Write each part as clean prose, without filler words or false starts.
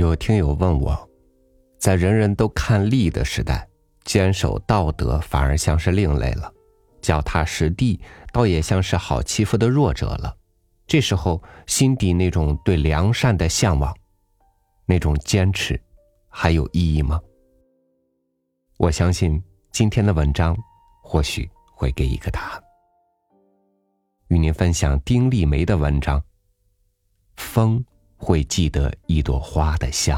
有听友问我，在人人都看利的时代，坚守道德反而像是另类了，脚踏实地倒也像是好欺负的弱者了。这时候心底那种对良善的向往，那种坚持还有意义吗？我相信今天的文章或许会给一个答案。与您分享丁立梅的文章，风会记得一朵花的香。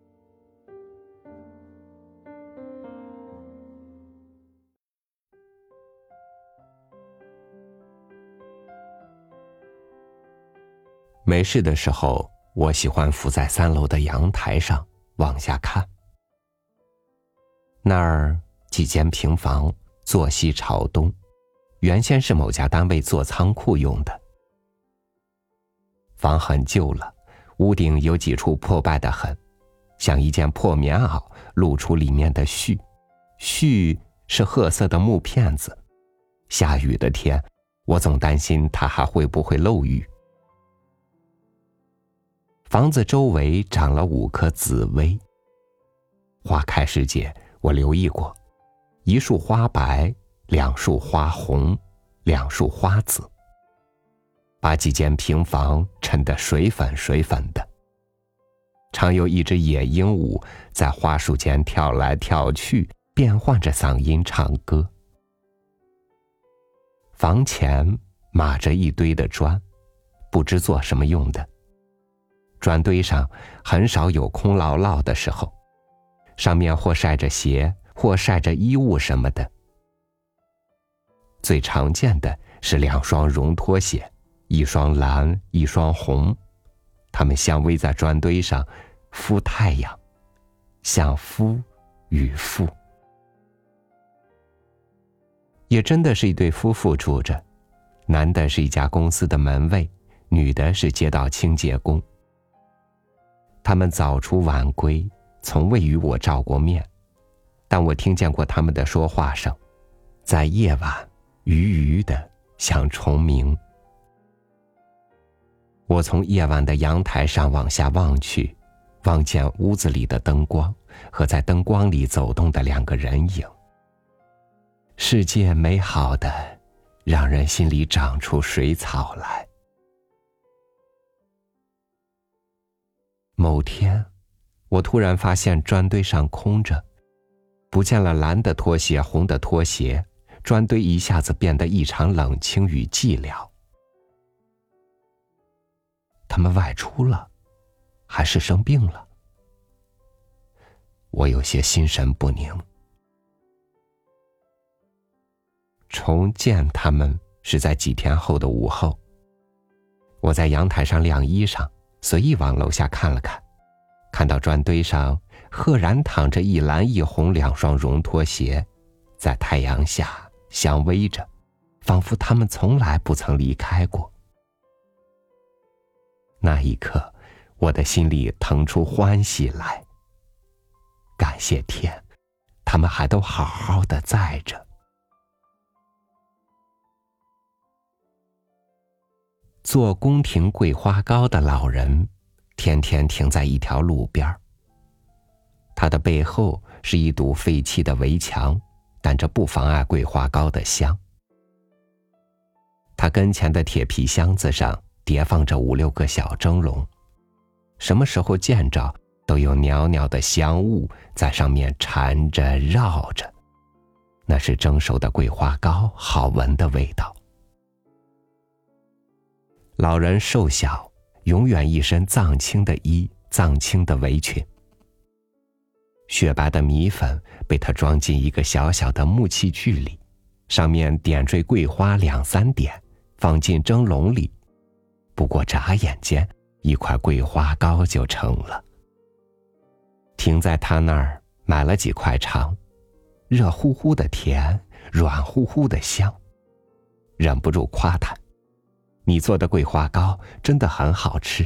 没事的时候，我喜欢伏在3楼的阳台上往下看。那儿几间平房，坐西朝东，原先是某家单位做仓库用的。房很旧了，屋顶有几处破败得很，像一件破棉袄，露出里面的絮是褐色的木片子。下雨的天，我总担心它还会不会漏雨。房子周围长了5棵紫薇，花开时节我留意过，1束花白，2束花红，2束花紫，把几间平房衬得水粉水粉的。常有一只野鹦鹉在花树间跳来跳去，变换着嗓音唱歌。房前码着一堆的砖，不知做什么用的。砖堆上很少有空落落的时候，上面或晒着鞋，或晒着衣物什么的。最常见的是2双绒拖鞋，1双蓝，1双红，它们相偎在砖堆上敷太阳，像夫与妇。也真的是一对夫妇住着，男的是一家公司的门卫，女的是街道清洁工。他们早出晚归，从未与我照过面，但我听见过他们的说话声，在夜晚鱼的像虫鸣。我从夜晚的阳台上往下望去，望见屋子里的灯光和在灯光里走动的2个人影。世界美好的让人心里长出水草来。某天，我突然发现砖堆上空着，不见了蓝的拖鞋，红的拖鞋，砖堆一下子变得异常冷清与寂寥。他们外出了，还是生病了？我有些心神不宁。重见他们是在几天后的午后，我在阳台上晾衣裳，随意往楼下看了看，看到砖堆上赫然躺着一蓝一红2双绒拖鞋，在太阳下相偎着，仿佛他们从来不曾离开过。那一刻，我的心里腾出欢喜来。感谢天，他们还都好好的在着。做宫廷桂花糕的老人天天停在一条路边，他的背后是一堵废弃的围墙，但这不妨碍桂花糕的香。他跟前的铁皮箱子上叠放着5、6个小蒸笼，什么时候见着都有袅袅的香雾在上面缠着绕着，那是蒸熟的桂花糕好闻的味道。老人瘦小，永远一身藏青的衣，藏青的围裙。雪白的米粉被他装进一个小小的木器具里，上面点缀桂花2、3点，放进蒸笼里。不过眨眼间，一块桂花糕就成了。停在他那儿买了几块尝，热乎乎的甜，软乎乎的香，忍不住夸他：“你做的桂花糕真的很好吃。”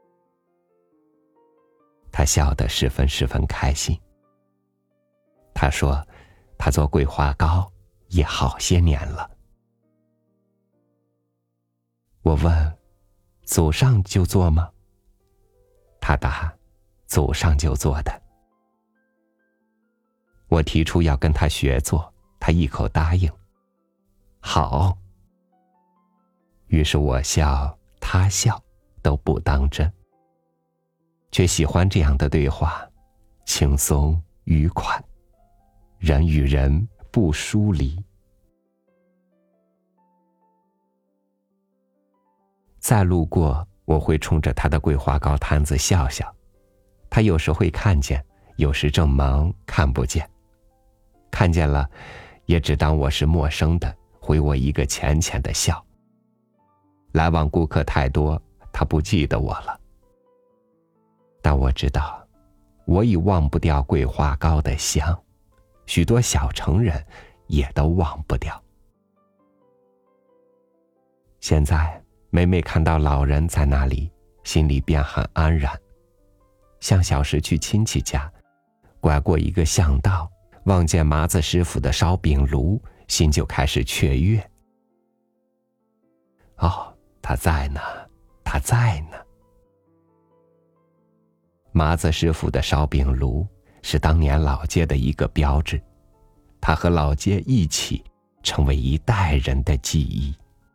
他笑得十分开心。他说他做桂花糕也好些年了。我问：“祖上就做吗？”他答：“ 祖上就做的。我提出要跟他学做，他一口答应。好。于是我笑，他笑，都不当真，却喜欢这样的对话，轻松愉快，人与人不疏离。再路过，我会冲着他的桂花糕摊子笑笑，他有时会看见，有时正忙看不见，看见了也只当我是陌生的，回我一个浅浅的笑。来往顾客太多，他不记得我了，但我知道我已忘不掉桂花糕的香，许多小城人也都忘不掉。现在每每看到老人在那里，心里便很安然，像小时去亲戚家，拐过一个巷道，望见麻子师傅的烧饼炉，心就开始雀跃。哦，他在呢，他在呢。麻子师傅的烧饼炉是当年老街的一个标志，它和老街一起成为一代人的记忆。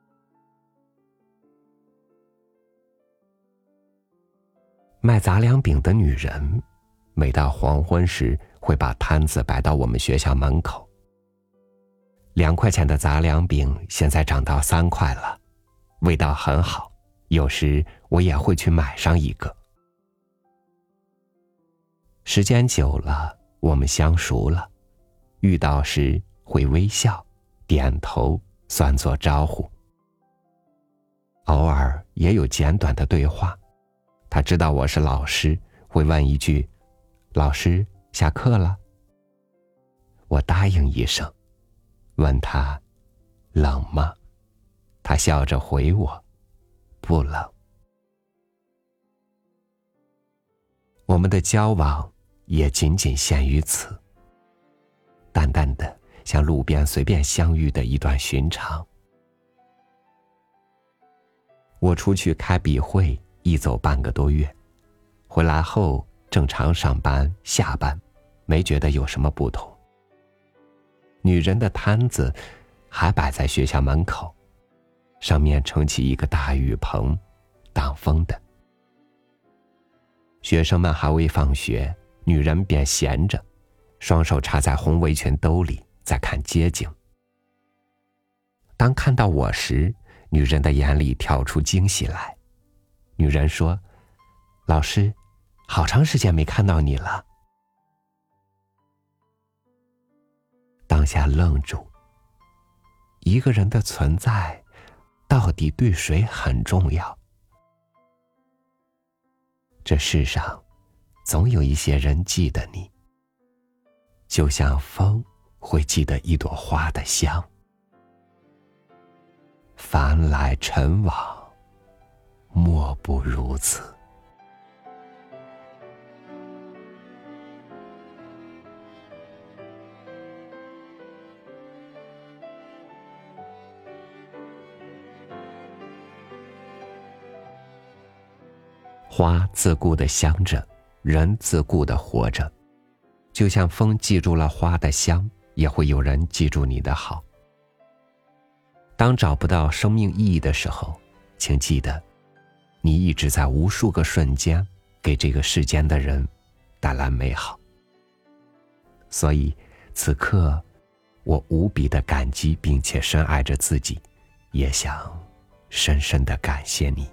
卖杂粮饼的女人，每到黄昏时会把摊子摆到我们学校门口。2块钱的杂粮饼现在涨到3块了，味道很好，有时我也会去买上一个。时间久了，我们相熟了，遇到时会微笑，点头，算作招呼。偶尔也有简短的对话，他知道我是老师，会问一句：“老师，下课了？”我答应一声，问他：“冷吗？”他笑着回我：“不冷。”我们的交往也仅仅限于此，淡淡的，像路边随便相遇的一段寻常。我出去开笔会，一走半个多月，回来后正常上班下班，没觉得有什么不同。女人的摊子还摆在学校门口，上面撑起一个大雨棚，挡风的。学生们还未放学，女人便闲着，双手插在红围裙兜里，在看街景。当看到我时，女人的眼里跳出惊喜来。女人说：“老师，好长时间没看到你了。”当下愣住，一个人的存在到底对谁很重要？这世上总有一些人记得你，就像风会记得一朵花的香。凡来尘往，莫不如此。花自顾地香着，人自顾地活着，就像风记住了花的香，也会有人记住你的好。当找不到生命意义的时候，请记得，你一直在无数个瞬间给这个世间的人带来美好。所以此刻我无比的感激，并且深爱着自己，也想深深的感谢你。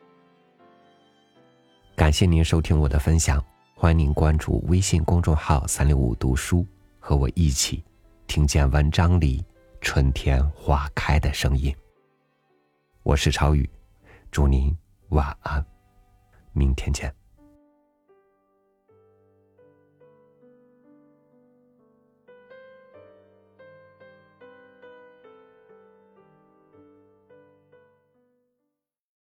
感谢您收听我的分享，欢迎您关注微信公众号365读书，和我一起听见文章里春天花开的声音。我是超宇，祝您晚安，明天见。